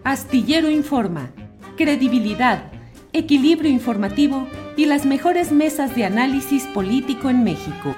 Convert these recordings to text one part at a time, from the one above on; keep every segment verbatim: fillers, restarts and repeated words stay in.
Astillero Informa, credibilidad, equilibrio informativo y las mejores mesas de análisis político en México.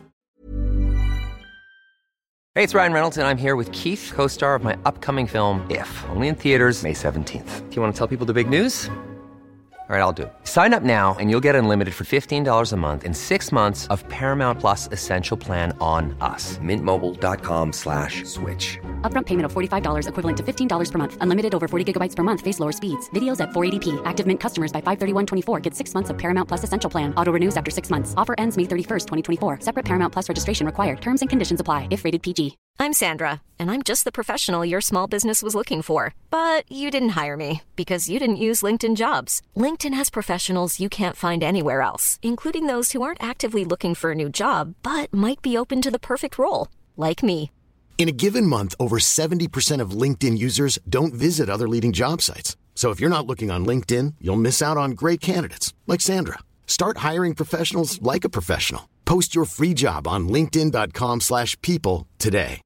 Hey, it's Ryan Reynolds, and I'm here with Keith, co-star of my upcoming film, If, only in theaters May seventeenth. Do you want to tell people the big news? All right, I'll do it. Sign up now and you'll get unlimited for fifteen dollars a month and six months of Paramount Plus Essential Plan on us. Mint Mobile dot com slash switch. Upfront payment of forty-five dollars equivalent to fifteen dollars per month. Unlimited over forty gigabytes per month. Face lower speeds. Videos at four eighty p. Active Mint customers by five thirty-one twenty-four get six months of Paramount Plus Essential Plan. Auto renews after six months. Offer ends May thirty-first, twenty twenty-four. Separate Paramount Plus registration required. Terms and conditions apply if rated P G. I'm Sandra, and I'm just the professional your small business was looking for. But you didn't hire me because you didn't use LinkedIn Jobs. LinkedIn has professionals you can't find anywhere else, including those who aren't actively looking for a new job, but might be open to the perfect role, like me. In a given month, over seventy percent of LinkedIn users don't visit other leading job sites. So if you're not looking on LinkedIn, you'll miss out on great candidates like Sandra. Start hiring professionals like a professional. Post your free job on linkedin dot com slash people today.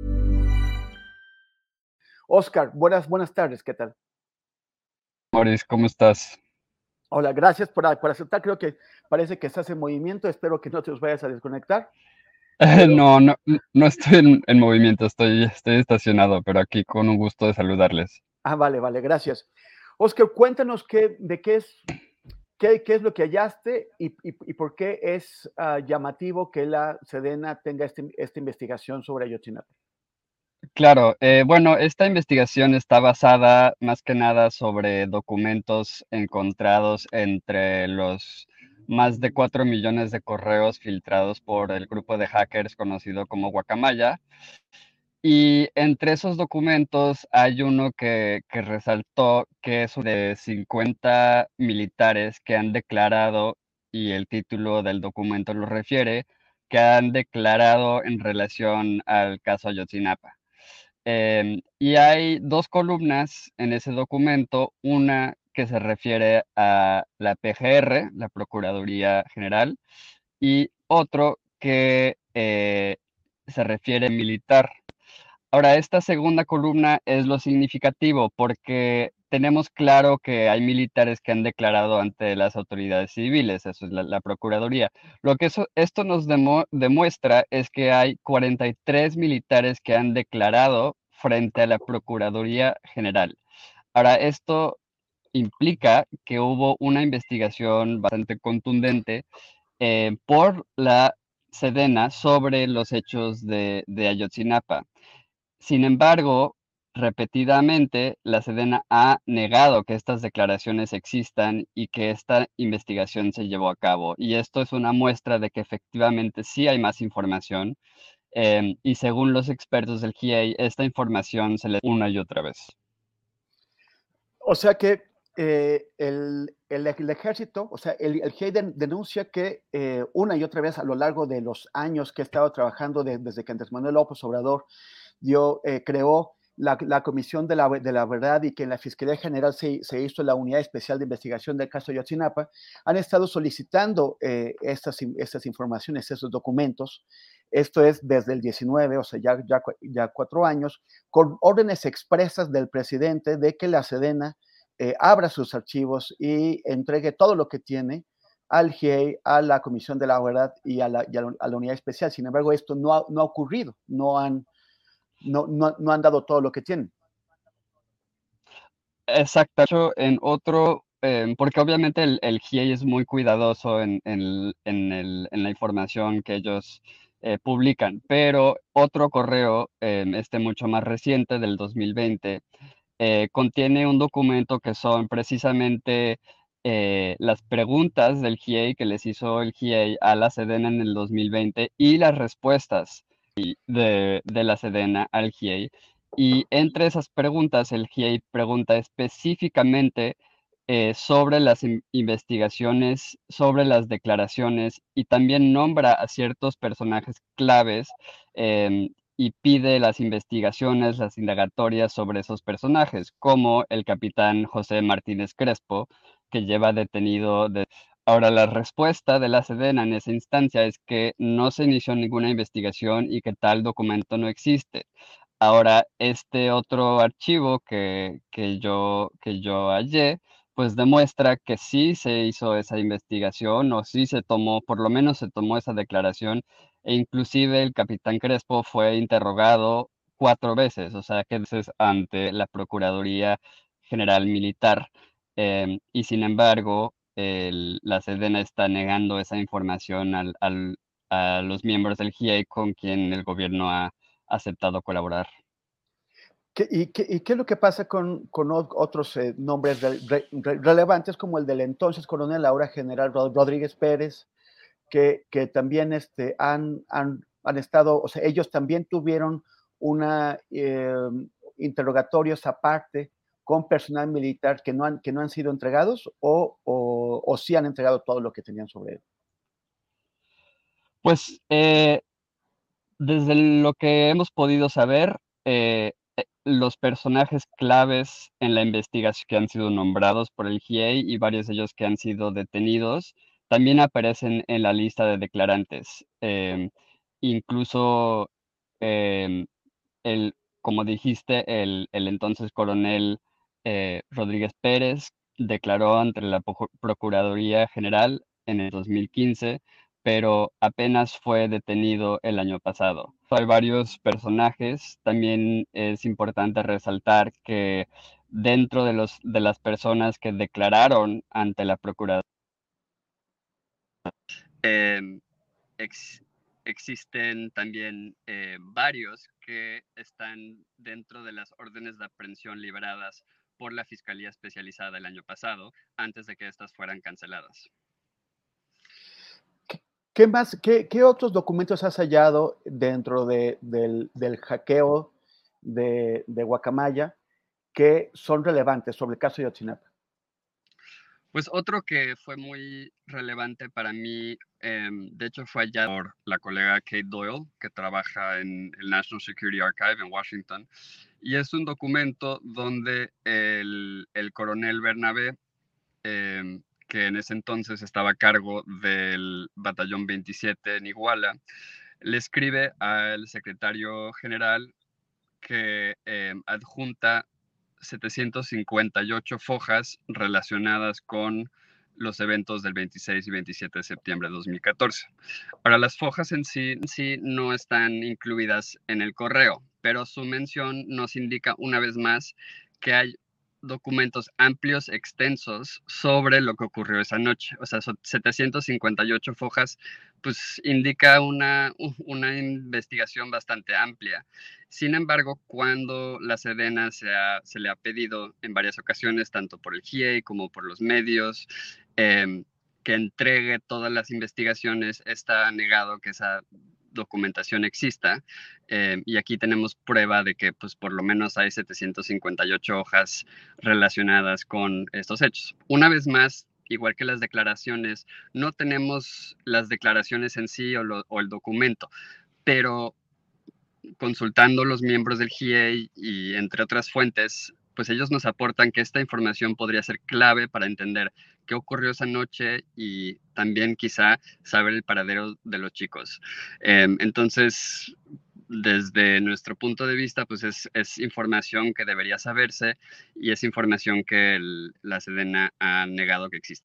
Oscar, buenas, buenas tardes, ¿qué tal? Maurice, ¿cómo estás? Hola, gracias por, por aceptar. Creo que parece que estás en movimiento. Espero que no te os vayas a desconectar. Pero... No, no, no estoy en, en movimiento, estoy, estoy estacionado, pero aquí con un gusto de saludarles. Ah, vale, vale, gracias. Oscar, cuéntanos qué, de qué es, qué, qué es lo que hallaste y, y, y por qué es uh, llamativo que la Sedena tenga este, esta investigación sobre Ayotzinapa. Claro, eh, bueno, esta investigación está basada más que nada sobre documentos encontrados entre los más de cuatro millones de correos filtrados por el grupo de hackers conocido como Guacamaya. Y entre esos documentos hay uno que, que resaltó que es de cincuenta militares que han declarado, y el título del documento lo refiere, que han declarado en relación al caso Ayotzinapa. Eh, y hay dos columnas en ese documento, una que se refiere a la P G R, la Procuraduría General, y otro que eh, se refiere a militar. Ahora, esta segunda columna es lo significativo porque tenemos claro que hay militares que han declarado ante las autoridades civiles, eso es la, la Procuraduría. Lo que eso, esto nos demo, demuestra es que hay cuarenta y tres militares que han declarado frente a la Procuraduría General. Ahora, esto implica que hubo una investigación bastante contundente eh, por la Sedena sobre los hechos de, de Ayotzinapa. Sin embargo, repetidamente, la Sedena ha negado que estas declaraciones existan y que esta investigación se llevó a cabo. Y esto es una muestra de que efectivamente sí hay más información. Eh, y según los expertos del G I E I, esta información se le una y otra vez. O sea que eh, el, el, el ejército, o sea, el, el G I E I denuncia que eh, una y otra vez a lo largo de los años que ha estado trabajando de, desde que Andrés Manuel López Obrador dio, eh, creó la, la Comisión de la, de la Verdad y que en la Fiscalía General se, se hizo la Unidad Especial de Investigación del caso Ayotzinapa, han estado solicitando eh, estas, estas informaciones, estos documentos. Esto es desde el diecinueve, o sea, ya, ya, ya cuatro años, con órdenes expresas del presidente de que la Sedena eh, abra sus archivos y entregue todo lo que tiene al G I E I, a la Comisión de la Verdad y a la, y a la, a la Unidad Especial. Sin embargo, esto no ha, no ha ocurrido, no han No, no, no han dado todo lo que tienen. Exacto, en otro, eh, porque obviamente el, el G I E I es muy cuidadoso en, en, en, el, en la información que ellos eh, publican, pero otro correo, eh, este mucho más reciente, del dos mil veinte, eh, contiene un documento que son precisamente eh, las preguntas del G I E I que les hizo el G I E I a la Sedena en el dos mil veinte y las respuestas de, de la Sedena al G I E I. Y entre esas preguntas, el G I E I pregunta específicamente eh, sobre las in- investigaciones, sobre las declaraciones y también nombra a ciertos personajes claves eh, y pide las investigaciones, las indagatorias sobre esos personajes, como el capitán José Martínez Crespo, que lleva detenido de... Ahora, la respuesta de la Sedena en esa instancia es que no se inició ninguna investigación y que tal documento no existe. Ahora, este otro archivo que, que yo, que yo hallé, pues demuestra que sí se hizo esa investigación o sí se tomó, por lo menos se tomó esa declaración, e inclusive el capitán Crespo fue interrogado cuatro veces, o sea, que veces ante la Procuraduría General Militar. Em, y sin embargo, el- la Sedena está negando esa información al, al- a los miembros del G I E I con quien el gobierno ha aceptado colaborar. ¿Qué, y, qué, y, qué es lo que pasa con, con otros eh, nombres re, re, relevantes como el del entonces coronel, ahora general Rodríguez Pérez, que, que también este, han, han, han, estado, o sea, ellos también tuvieron una eh, interrogatorios aparte con personal militar que no han, que no han sido entregados o, o, o sí han entregado todo lo que tenían sobre él? Pues eh, desde lo que hemos podido saber, eh, eh, los personajes claves en la investigación que han sido nombrados por el G I E I y varios de ellos que han sido detenidos, también aparecen en la lista de declarantes. Eh, incluso, eh, el, como dijiste, el, el entonces coronel eh, Rodríguez Pérez declaró ante la Procuraduría General en el dos mil quince, pero apenas fue detenido el año pasado. Hay varios personajes. También es importante resaltar que dentro de, los, de las personas que declararon ante la Procuraduría, eh, ex, existen también eh, varios que están dentro de las órdenes de aprehensión liberadas por la Fiscalía Especializada el año pasado, antes de que estas fueran canceladas. ¿Qué más, qué, qué otros documentos has hallado dentro de, del, del hackeo de, de Guacamaya que son relevantes sobre el caso de Ayotzinapa? Pues otro que fue muy relevante para mí, eh, de hecho fue hallado por la colega Kate Doyle, que trabaja en el National Security Archive en Washington, y es un documento donde el, el coronel Bernabé, eh, que en ese entonces estaba a cargo del Batallón veintisiete en Iguala, le escribe al secretario general que eh, adjunta setecientas cincuenta y ocho fojas relacionadas con los eventos del veintiséis y veintisiete de septiembre de dos mil catorce. Ahora, las fojas en sí, en sí no están incluidas en el correo, pero su mención nos indica una vez más que hay documentos amplios, extensos, sobre lo que ocurrió esa noche. O sea, son setecientas cincuenta y ocho fojas, pues indica una, una investigación bastante amplia. Sin embargo, cuando la Sedena se, ha, se le ha pedido en varias ocasiones, tanto por el G I E I como por los medios, eh, que entregue todas las investigaciones, está negado que esa documentación exista, eh, y aquí tenemos prueba de que pues por lo menos hay setecientas cincuenta y ocho hojas relacionadas con estos hechos. Una vez más, igual que las declaraciones, no tenemos las declaraciones en sí o, lo, o el documento, pero consultando los miembros del G I E I y entre otras fuentes, pues ellos nos aportan que esta información podría ser clave para entender qué ocurrió esa noche y también quizá saber el paradero de los chicos. Eh, entonces, desde nuestro punto de vista, pues es, es información que debería saberse y es información que el, la Sedena ha negado que existe.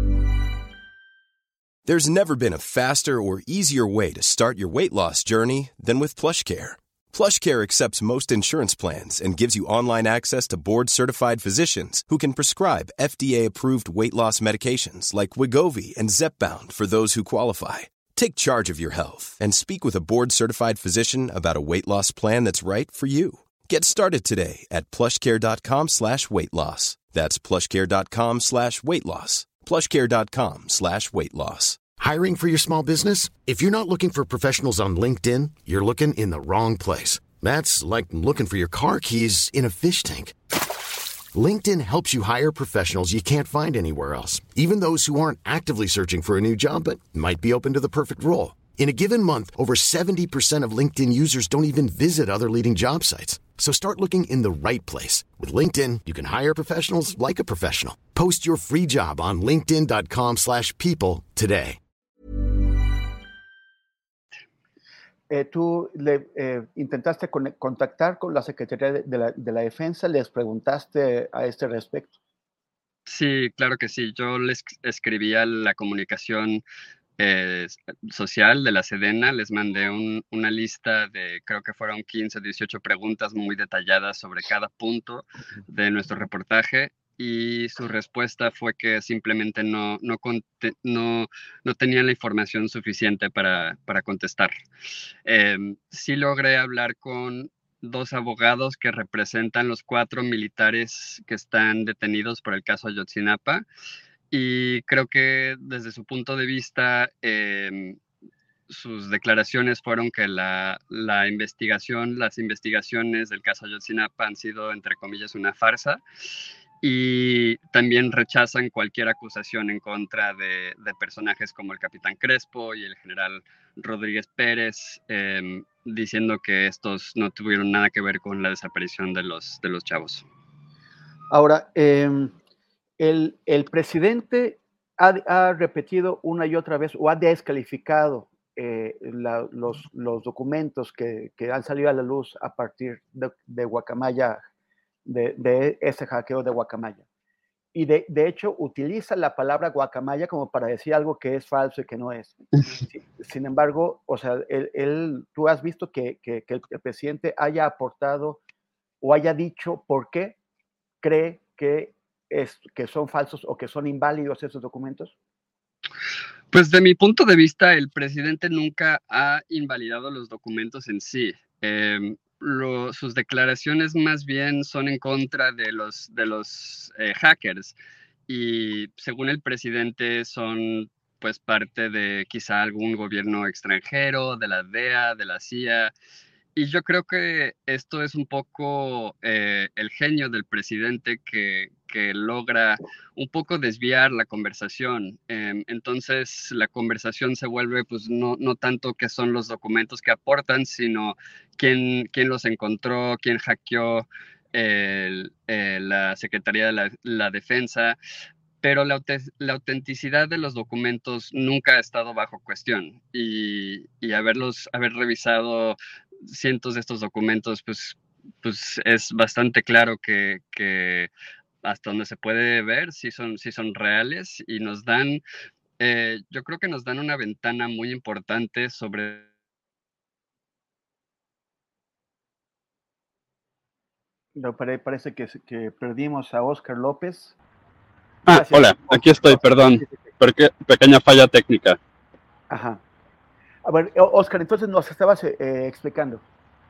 There's never been a faster or easier way to start your weight loss journey than with PlushCare. PlushCare accepts most insurance plans and gives you online access to board-certified physicians who can prescribe F D A-approved weight loss medications like Wegovy and Zepbound for those who qualify. Take charge of your health and speak with a board-certified physician about a weight loss plan that's right for you. Get started today at plushcare.com slash weight loss. That's plushcare.com slash weight loss. plushcare.com slash weight loss. Hiring for your small business? If you're not looking for professionals on LinkedIn, you're looking in the wrong place. That's like looking for your car keys in a fish tank. LinkedIn helps you hire professionals you can't find anywhere else, even those who aren't actively searching for a new job but might be open to the perfect role. In a given month, over seventy percent of LinkedIn users don't even visit other leading job sites. So start looking in the right place. With LinkedIn, you can hire professionals like a professional. Post your free job on linkedin.com slash people today. eh, tú le, eh, intentaste con, contactar con la Secretaría de, de, la, de la Defensa, les preguntaste a este respecto. Sí, claro que sí. Yo les escribía la comunicación eh, social de la Sedena, les mandé un, una lista de, creo que fueron quince o dieciocho preguntas muy detalladas sobre cada punto de nuestro reportaje, y su respuesta fue que simplemente no, no, no, no tenían la información suficiente para, para contestar. Eh, sí logré hablar con dos abogados que representan los cuatro militares que están detenidos por el caso Ayotzinapa, y creo que desde su punto de vista, eh, sus declaraciones fueron que la, la investigación, las investigaciones del caso Ayotzinapa han sido, entre comillas, una farsa, y también rechazan cualquier acusación en contra de, de personajes como el capitán Crespo y el general Rodríguez Pérez, eh, diciendo que estos no tuvieron nada que ver con la desaparición de los, de los chavos. Ahora, eh, el, el presidente ha, ha repetido una y otra vez o ha descalificado eh, la, los, los documentos que, que han salido a la luz a partir de, de Guacamaya, de, de ese hackeo de Guacamaya. Y de, de hecho utiliza la palabra guacamaya como para decir algo que es falso y que no es. Sin embargo, o sea, él, él, tú has visto que, que, que el presidente haya aportado o haya dicho por qué cree que, es, que son falsos o que son inválidos esos documentos. Pues de mi punto de vista, el presidente nunca ha invalidado los documentos en sí. Eh, Lo, sus declaraciones más bien son en contra de los, de los eh, hackers, y según el presidente son pues parte de quizá algún gobierno extranjero, de la D E A, de la C I A, y yo creo que esto es un poco eh, el genio del presidente que, que logra un poco desviar la conversación. Eh, entonces la conversación se vuelve pues no, no tanto que son los documentos que aportan, sino quién, quién los encontró, quién hackeó el, el, la Secretaría de la, la Defensa. Pero la, la autenticidad de los documentos nunca ha estado bajo cuestión, y, y haberlos, haber revisado cientos de estos documentos, pues, pues es bastante claro que, que hasta donde se puede ver sí son, sí son reales, y nos dan, eh, yo creo que nos dan una ventana muy importante sobre... No, parece que, que perdimos a Oscar López. Ah, gracias. Hola, aquí estoy, perdón, porque pequeña falla técnica. Ajá. A ver, Oscar, entonces nos estabas eh, explicando.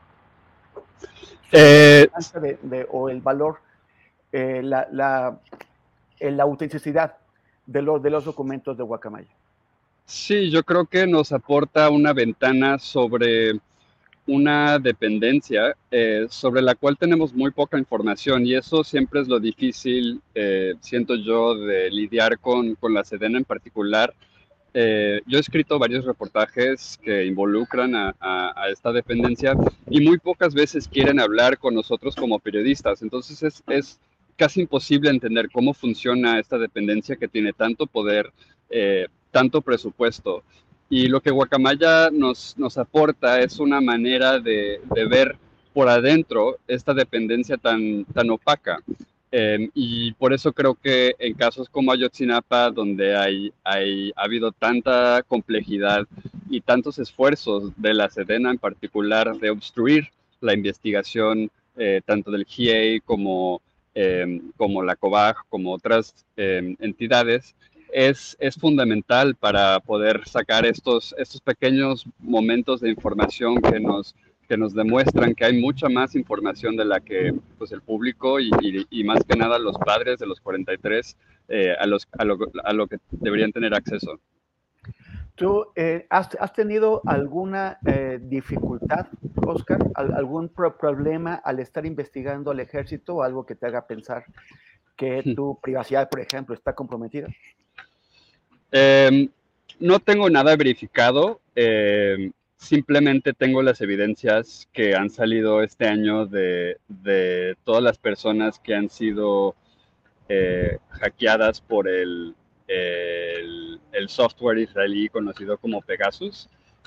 Eh, de, de, o el valor, eh, la, la, la autenticidad de, lo, de los documentos de Guacamaya. Sí, yo creo que nos aporta una ventana sobre una dependencia eh, sobre la cual tenemos muy poca información, y eso siempre es lo difícil, eh, siento yo, de lidiar con, con la Sedena en particular. Eh, yo he escrito varios reportajes que involucran a, a, a esta dependencia, y muy pocas veces quieren hablar con nosotros como periodistas. Entonces es, es casi imposible entender cómo funciona esta dependencia que tiene tanto poder, eh, tanto presupuesto. Y lo que Guacamaya nos, nos aporta es una manera de, de ver por adentro esta dependencia tan, tan opaca. Eh, y por eso creo que en casos como Ayotzinapa, donde hay, hay, ha habido tanta complejidad y tantos esfuerzos de la Sedena en particular de obstruir la investigación, eh, tanto del G I E I como, eh, como la COBAG, como otras eh, entidades, Es, es fundamental para poder sacar estos, estos pequeños momentos de información que nos, que nos demuestran que hay mucha más información de la que pues, el público y, y, y más que nada los padres de los cuarenta y tres eh, a, los, a, lo, a lo que deberían tener acceso. ¿Tú eh, has, has tenido alguna eh, dificultad, Oscar? ¿Algún pro problema al estar investigando al ejército, o algo que te haga pensar que tu privacidad, por ejemplo, está comprometida? Eh, no tengo nada verificado, eh, simplemente tengo las evidencias que han salido este año de, de todas las personas que han sido eh, hackeadas por el, el, el software israelí conocido como Pegasus,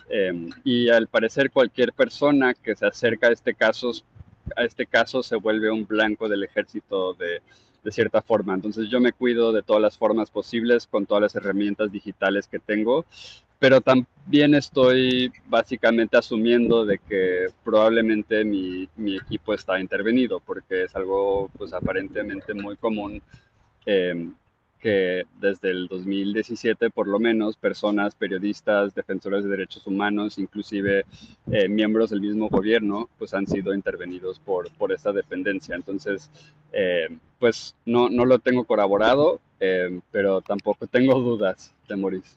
Eh, y al parecer cualquier persona que se acerca a este caso, a este caso se vuelve un blanco del ejército de, de cierta forma. Entonces yo me cuido de todas las formas posibles con todas las herramientas digitales que tengo, pero también estoy básicamente asumiendo de que probablemente mi, mi equipo está intervenido, porque es algo pues aparentemente muy común, eh, que desde el dos mil diecisiete por lo menos personas, periodistas, defensores de derechos humanos, inclusive eh, miembros del mismo gobierno, pues han sido intervenidos por, por esta dependencia. Entonces, eh, pues no, no lo tengo corroborado, eh, pero tampoco tengo dudas, Temoris.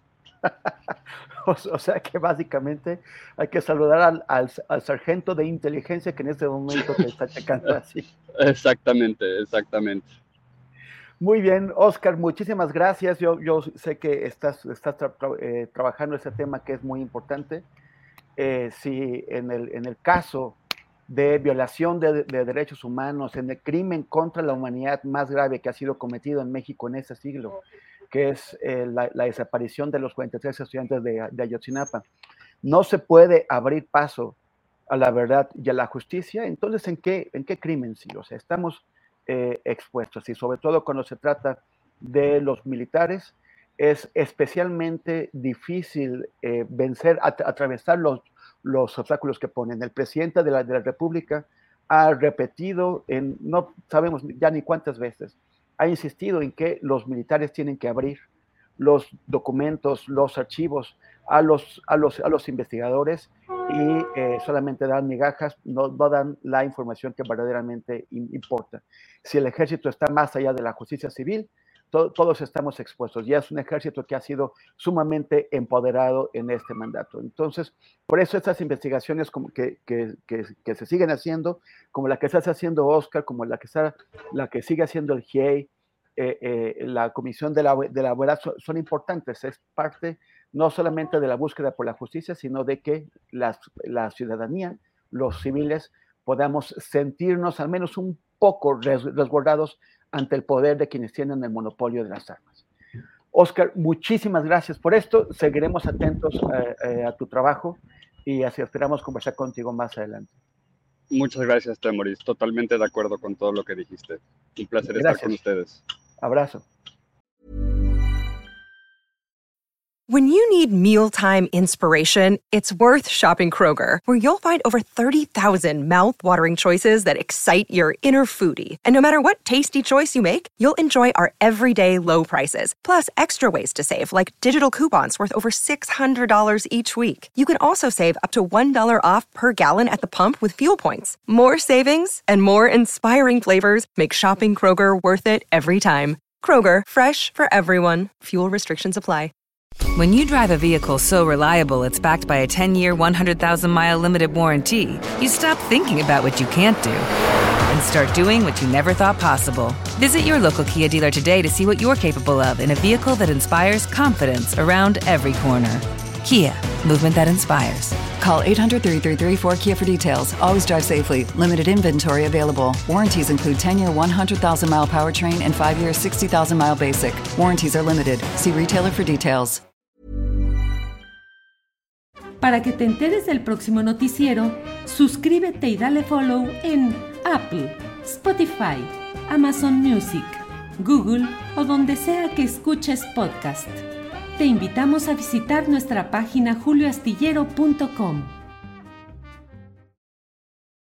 O sea que básicamente hay que saludar al, al, al sargento de inteligencia que en este momento te está checando así. Exactamente, exactamente. Muy bien, Oscar, muchísimas gracias. Yo, yo sé que estás, estás tra eh, trabajando ese tema que es muy importante. Eh, si en el, en el caso de violación de, de derechos humanos, en el crimen contra la humanidad más grave que ha sido cometido en México en este siglo, que es eh, la, la desaparición de los cuarenta y tres estudiantes de, de Ayotzinapa, no se puede abrir paso a la verdad y a la justicia, entonces ¿en qué, en qué crimen sí? O sea, estamos eh, expuestos, y sobre todo cuando se trata de los militares, es especialmente difícil eh, vencer, at atravesar los, los obstáculos que ponen. El presidente de la, de la República ha repetido, en, no sabemos ya ni cuántas veces, ha insistido en que los militares tienen que abrir los documentos, los archivos a los, a los, a los investigadores y eh, solamente dan migajas, no, no dan la información que verdaderamente importa. Si el ejército está más allá de la justicia civil, to todos estamos expuestos. Ya es un ejército que ha sido sumamente empoderado en este mandato. Entonces, por eso estas investigaciones como que, que, que, que se siguen haciendo, como la que está haciendo Oscar, como la que, está, la que sigue haciendo el G I E I, eh, eh, la Comisión de la, de la Verdad, son, son importantes. Es parte no solamente de la búsqueda por la justicia, sino de que la, la ciudadanía, los civiles, podamos sentirnos al menos un poco resguardados ante el poder de quienes tienen el monopolio de las armas. Oscar, muchísimas gracias por esto. Seguiremos atentos eh, eh, a tu trabajo y así esperamos conversar contigo más adelante. Muchas gracias, Temoris. Totalmente de acuerdo con todo lo que dijiste. Un placer Gracias. estar con ustedes. Abrazo. When you need mealtime inspiration, it's worth shopping Kroger, where you'll find over thirty thousand mouth-watering choices that excite your inner foodie. And no matter what tasty choice you make, you'll enjoy our everyday low prices, plus extra ways to save, like digital coupons worth over six hundred dollars each week. You can also save up to one dollar off per gallon at the pump with fuel points. More savings and more inspiring flavors make shopping Kroger worth it every time. Kroger, fresh for everyone. Fuel restrictions apply. When you drive a vehicle so reliable it's backed by a ten-year, one hundred thousand mile limited warranty, you stop thinking about what you can't do and start doing what you never thought possible. Visit your local Kia dealer today to see what you're capable of in a vehicle that inspires confidence around every corner. Kia, movement that inspires. Call eight hundred, three three three, four K I A for details. Always drive safely. Limited inventory available. Warranties include ten-year, one hundred thousand mile powertrain and five-year, sixty thousand mile basic. Warranties are limited. See retailer for details. Para que te enteres del próximo noticiero, suscríbete y dale follow en Apple, Spotify, Amazon Music, Google o donde sea que escuches podcast. Te invitamos a visitar nuestra página julio astillero punto com.